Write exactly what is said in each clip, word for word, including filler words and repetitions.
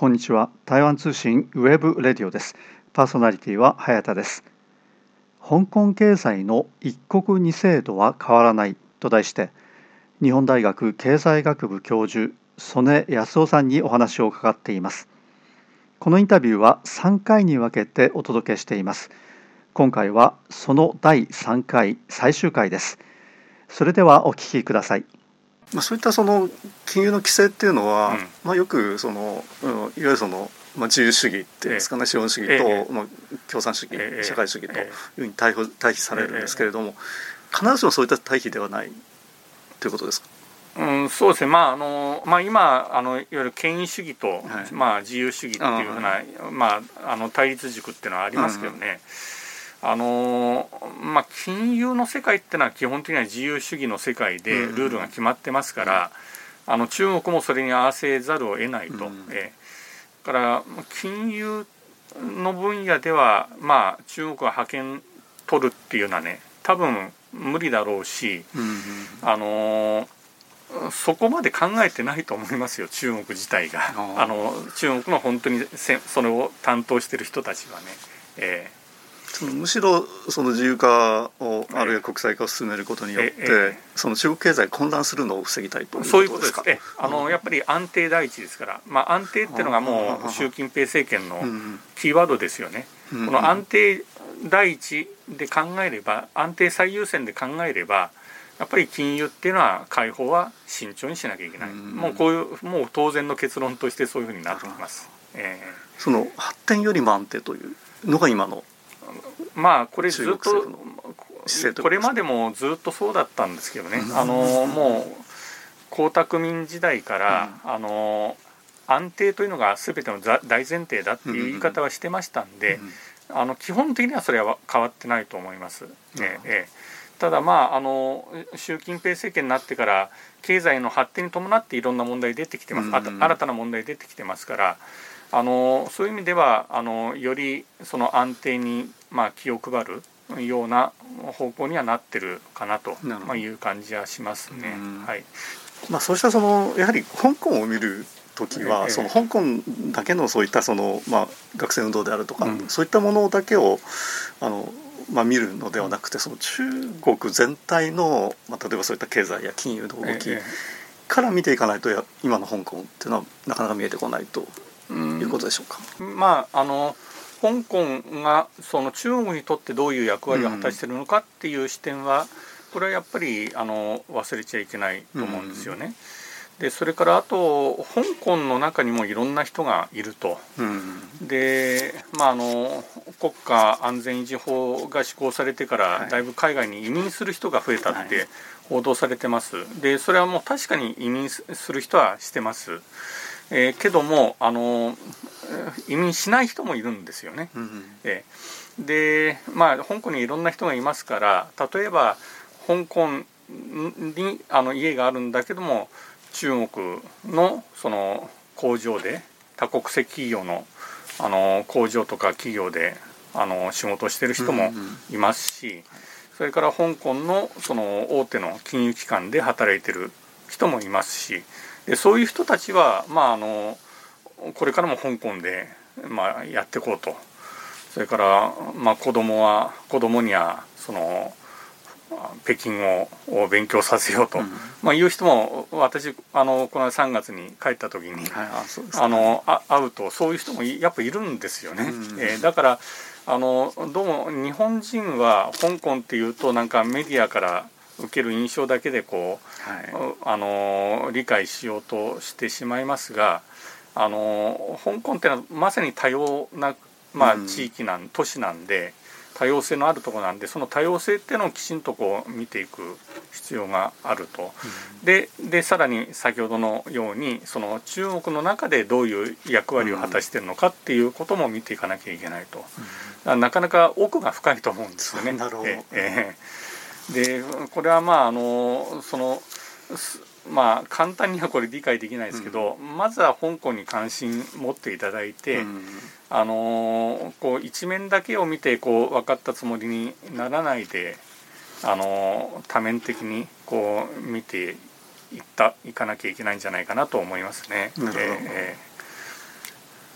こんにちは。台湾通信ウェブレディオです。パーソナリティは早田です。香港経済の一国二制度は変わらないと題して、日本大学経済学部教授曽根康夫さんにお話を伺っています。このインタビューはさんかいに分けてお届けしています。今回はそのだいさんかい最終回です。それではお聞きください。 まあ、そういったその金融の規制っていうのは、 うんまあ、よくその、うん、いわゆるその、まあ、自由主義っていうんですかね、資本主義と、 ええまあ、共産主義、 ええ社会主義といええうふうに対比対比されるんですけれども、必ずしもそういった対比ではないということですか。 うん、そうですね、まああのまあ、今あのいわゆる権威主義と、 はいまあ、自由主義っていうふうな、まあ、あの対立軸っていうのはありますけどね、あのまあ、金融の世界っていうのは基本的には自由主義の世界でルールが決まってますから、あの中国もそれに合わせざるを得ないと。 うんえだから金融の分野では、まあ、中国は覇権取るっていうのはね多分無理だろうし、 うんうんあのそこまで考えてないと思いますよ、中国自体が。 ああの中国の本当にせそれを担当している人たちはね、えそのむしろその自由化をあるいは国際化を進めることによって、 えええその中国経済混乱するのを防ぎたいというーそういうこでか。 こととですす。えあのやっぱり安定第一ですから、まあ、安定っていうのがもう習近平政権のうんキーワードですよね。 うんこの安定第一で考えれば、安定最優先で考えれば、やっぱり金融っていうのは開放は慎重にしなきゃいけない、 うんもうこういうもう当然の結論としてそういうふうになってきます。えその発展よりも安定というのが今のーまあこれずっ中国政と府の姿勢ということですか。 これまでもずっとそうだったんですけどね、 うんあのもう江沢民時代から、あの安定というのが全ての大前提だっていう言い方はしてましたんで、あの基本的にはそれは変わってないと思います。ええただまああの習近平政権になってから経済の発展に伴っていろんな問題出てきてます、あと新たな問題出てきてますから、あのそういう意味ではあのよりその安定に、まあ、気を配るような方向にはなってるかなとなるほどまあ、いう感じはしますね。はいまあ、そうしたそのやはり香港を見る時は、 ええその香港だけのそういったその、まあ、学生運動であるとか、 うんそういったものだけをあの、まあ、見るのではなくて、その中国全体の、まあ、例えばそういった経済や金融の動きええから見ていかないとや今の香港っていうのはなかなか見えてこないとうんいうことでしょうか。 まああの香港がその中国にとってどういう役割を果たしているのかっていう視点は、これはやっぱりあの忘れちゃいけないと思うんですよね。でそれからあと香港の中にもいろんな人がいると。 うんでまああの国家安全維持法が施行されてかはいらだいぶ海外に移民する人が増えたっはいて報道されてます。でそれはもう確かに移民する人はしてます。えーけどもあの移民しない人もいるんですよね。 うんえーでまあ香港にいろんな人がいますから、例えば香港にあの家があるんだけども中国のその工場で多国籍企業のあの工場とか企業であの仕事をしてる人もいますし、それから香港のその大手の金融機関で働いてる人もいますし、でそういう人たちはまああのこれからも香港でまあやっていこうと。それからまあ子供は子供にはその北京を勉強させようと、 うんまあ、いう人も私あのこのさんがつに帰った時に、 はい、あそうですかあのあ会うとそういう人もやっぱいるんですよね。 うんえーだからあのどうも日本人は香港っていうとなんかメディアから受ける印象だけでこう、 はいあの理解しようとしてしまいますが、あの香港ってのはまさに多様な、まあ、地域なん、都市なんで多様性のあるところなんで、その多様性っていうのをきちんとこう見ていく必要があると。で, でさらに先ほどのようにその中国の中でどういう役割を果たしているのかっていうことも見ていかなきゃいけないと。だからなかなか奥が深いと思うんですよね。 なるほど。 ええでこれはまああのそのまあ簡単にはこれ理解できないですけど、うん、まずは香港に関心持っていただいて、うん、あのこう一面だけを見てこう分かったつもりにならないで、あの多面的にこう見ていったいかなきゃいけないんじゃないかなと思いますね。 なるほど。 えー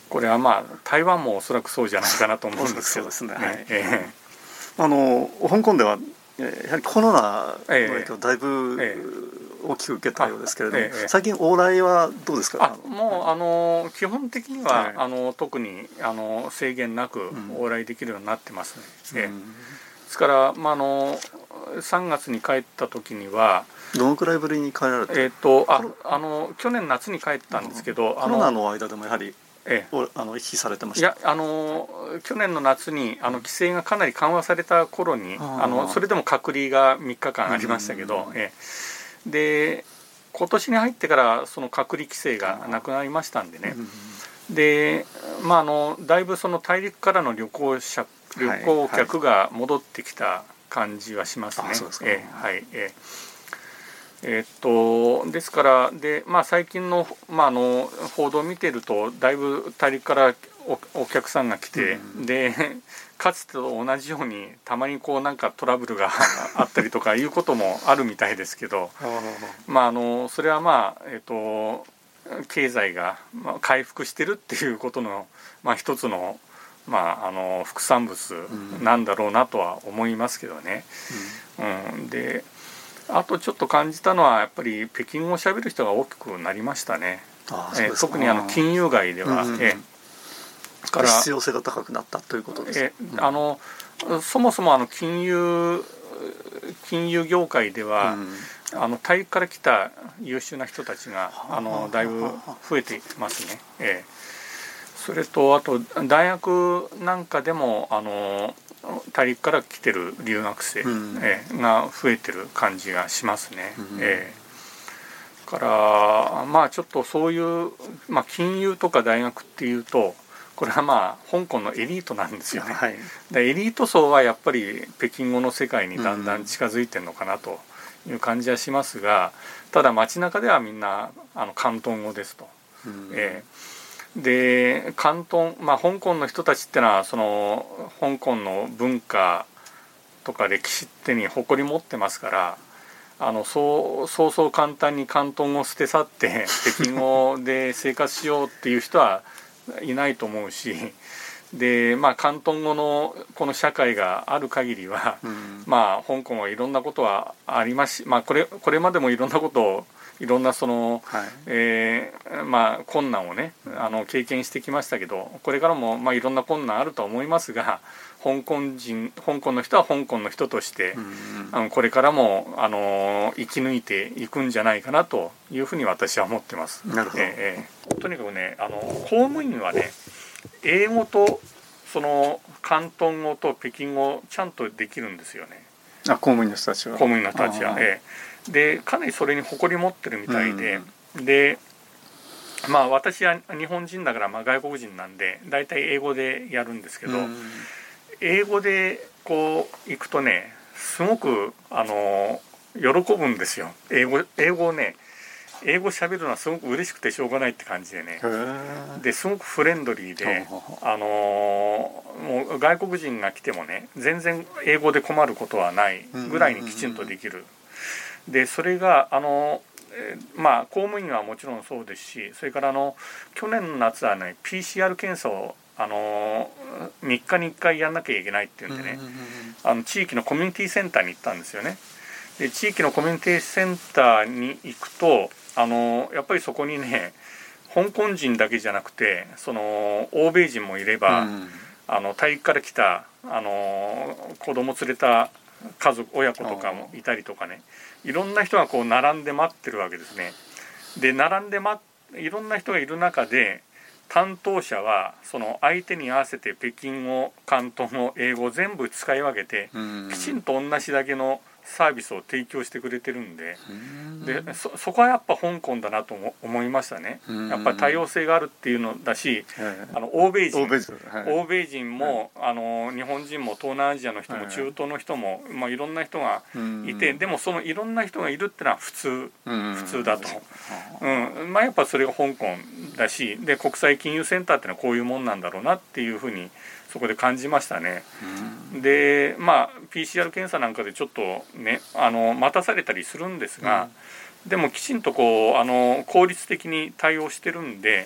これはまあ台湾もおそらくそうじゃないかなと思うんですけど、 そうですね、はい、 えあの香港ではやはりコロナの影響だいぶ、ええ、大きく受けたようですけれども、ええ、最近往来はどうですか？ あもう、はい、あの基本的には、はい、あの特にあの制限なく往来できるようになってますね、うん、ええ、ですから、まあ、あのさんがつに帰った時にはどのくらいぶりに帰られて、 えー、とああの去年夏に帰ったんですけど、 コロナの間でもやはりええ、 あの行き来されてました？いやあの去年の夏にあの規制がかなり緩和された頃に、うん、あのそれでも隔離がみっかかんありましたけど、ええ、で今年に入ってからその隔離規制がなくなりましたんでね、うん、で、まあ、あのだいぶその大陸からの旅行者旅行客が戻ってきた感じはしますね。ええ、はい、えええー、っとですからで、まあ、最近の、まあ、あの報道を見てるとだいぶ大陸から お, お客さんが来て、うん、でかつてと同じようにたまにこうなんかトラブルがあったりとかいうこともあるみたいですけどまああのそれはまあ、えー、っと経済が回復してるっていうことの、まあ、一つの、まあ、あの副産物なんだろうなとは思いますけどね。うんうん、であとちょっと感じたのはやっぱり北京語をしゃべる人が大きくなりましたね。えー、特にあの金融街では、うんうん、えー、から必要性が高くなったということです。 えー、あのそもそもあの金融金融業界では、うん、あの大陸から来た優秀な人たちがあのだいぶ増えていますね。えー、それとあと大学なんかでもあの大陸から来てる留学生、うん、えー、が増えてる感じがしますね。うん、えー、からまあちょっとそういう、まあ、金融とか大学っていうとこれはまあ香港のエリートなんですよね。はい、でエリート層はやっぱり北京語の世界にだんだん近づいてるのかなという感じはしますが、ただ街中ではみんなあの広東語ですと。うん、えーで広東、まあ、香港の人たちってのはその香港の文化とか歴史ってに誇り持ってますからあのそうそうそう簡単に広東語を捨て去って北京語で生活しようっていう人はいないと思うしで、まあ、広東語のこの社会がある限りは、うん、まあ香港はいろんなことはありますし、まあ、これ、これまでもいろんなことをいろんなその、はい、えーまあ、困難をねあの経験してきましたけどこれからもまあいろんな困難あるとは思いますが香港人香港の人は香港の人として、うん、あのこれからもあの生き抜いていくんじゃないかなというふうに私は思ってます。 なるほど。 えー、とにかくねあの公務員はね英語とその広東語と北京語ちゃんとできるんですよね。 あ、公務員の人たちは。 公務員の人たちは。えーでかなりそれに誇り持ってるみたいで、うん、でまあ私は日本人だからまあ外国人なんで大体英語でやるんですけど、うん、英語でこう行くとねすごくあの喜ぶんですよ。英語英語をね英語喋るのはすごく嬉しくてしょうがないって感じでねですごくフレンドリーであのもう外国人が来てもね全然英語で困ることはないぐらいにきちんとできる。でそれがあの、えー、まあ公務員はもちろんそうですしそれからあの去年の夏はね ピーシーアール 検査をあのみっかにいっかいやんなきゃいけないっていうんでね、あの地域のコミュニティセンターに行ったんですよね。で地域のコミュニティセンターに行くとあのやっぱりそこにね香港人だけじゃなくてその欧米人もいれば、うん、あの大陸から来たあの子供連れた家族親子とかもいたりとかねいろんな人がこう並んで待ってるわけですね。で並んで待いろんな人がいる中で担当者はその相手に合わせて北京語広東語英語全部使い分けてきちんと同じだけのサービスを提供してくれてるんで、で そ, そこはやっぱ香港だなと思いましたね。やっぱり多様性があるっていうのだし、あの欧米人欧米人、はい、欧米人も、はい、あの日本人も東南アジアの人も中東の人も、まあ、いろんな人がいて、でもそのいろんな人がいるってのは普通普通だと、うんまあ、やっぱそれが香港だしで国際金融センターってのはこういうもんなんだろうなっていうふうにそこで感じましたね。でまあ ピーシーアール 検査なんかでちょっとねあの待たされたりするんですが、うん、でもきちんとこうあの効率的に対応してるんで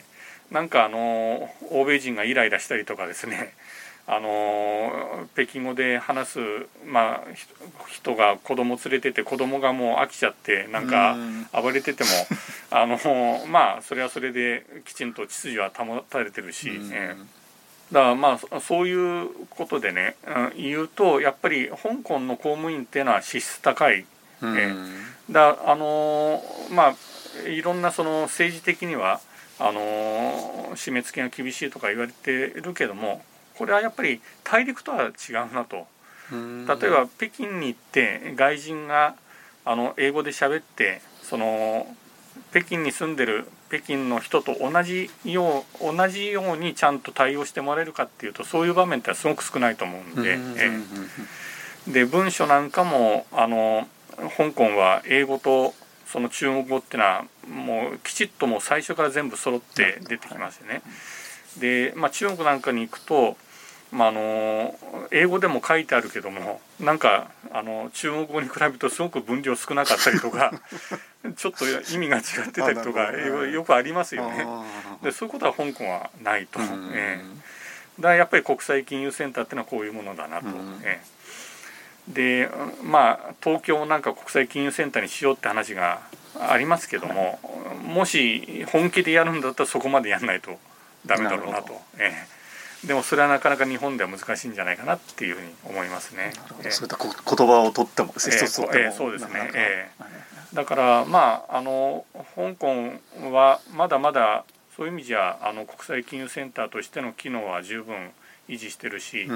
なんかあの欧米人がイライラしたりとかですね、あの北京語で話す、まあ、人が子供連れてて子供がもう飽きちゃってなんか暴れててもあのまあそれはそれできちんと秩序は保たれてるし、えー、だからまあそういうことでね言うとやっぱり香港の公務員っていうのは資質高い、えー、だあのまあいろんなその政治的にはあの締め付けが厳しいとか言われてるけども、これはやっぱり大陸とは違うなと。例えば北京に行って外人があの英語で喋ってその北京に住んでる北京の人と同じよう同じようにちゃんと対応してもらえるかっていうとそういう場面ってすごく少ないと思うんで、えー、で文書なんかもあの香港は英語とその中国語っていうのはもうきちっともう最初から全部揃って出てきますよね。で、まあ、中国なんかに行くと、まあ、あの英語でも書いてあるけどもなんかあの中国語に比べるとすごく分量少なかったりとかちょっと意味が違ってたりとかよくありますよね。でそういうことは香港はないと、えー、だからやっぱり国際金融センターっていうのはこういうものだなと。えーでまあ東京なんか国際金融センターにしようって話がありますけども、もし本気でやるんだったらそこまでやんないとダメだろうなと。ええ、でもそれはなかなか日本では難しいんじゃないかなっていうふうに思いますね。 ええ、そういった言葉をとっても一つとっても、 ええ、そうですね。ええ、だからまああの香港はまだまだそういう意味じゃあの国際金融センターとしての機能は十分維持してるし、うん、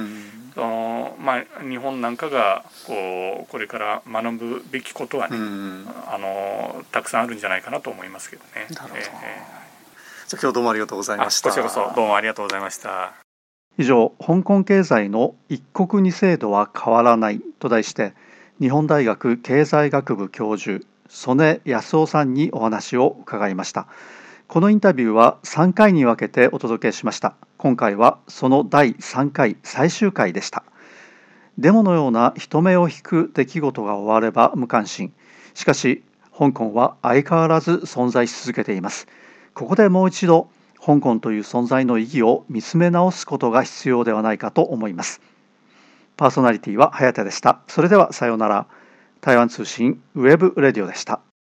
そのまあ、日本なんかがこうこれから学ぶべきことはね、うん、あのたくさんあるんじゃないかなと思いますけどね。 なるほど。えー、じゃあ今日どうもありがとうございました。 こちらこそどうもありがとうございました。 以上、香港経済の一国二制度は変わらないと題して日本大学経済学部教授曽根康夫さんにお話を伺いました。このインタビューはさんかいに分けてお届けしました。今回はそのだいさんかい最終回でした。デモのような人目を引く出来事が終われば無関心。しかし香港は相変わらず存在し続けています。ここでもう一度香港という存在の意義を見つめ直すことが必要ではないかと思います。パーソナリティは早田でした。それではさようなら。台湾通信ウェブレディオでした。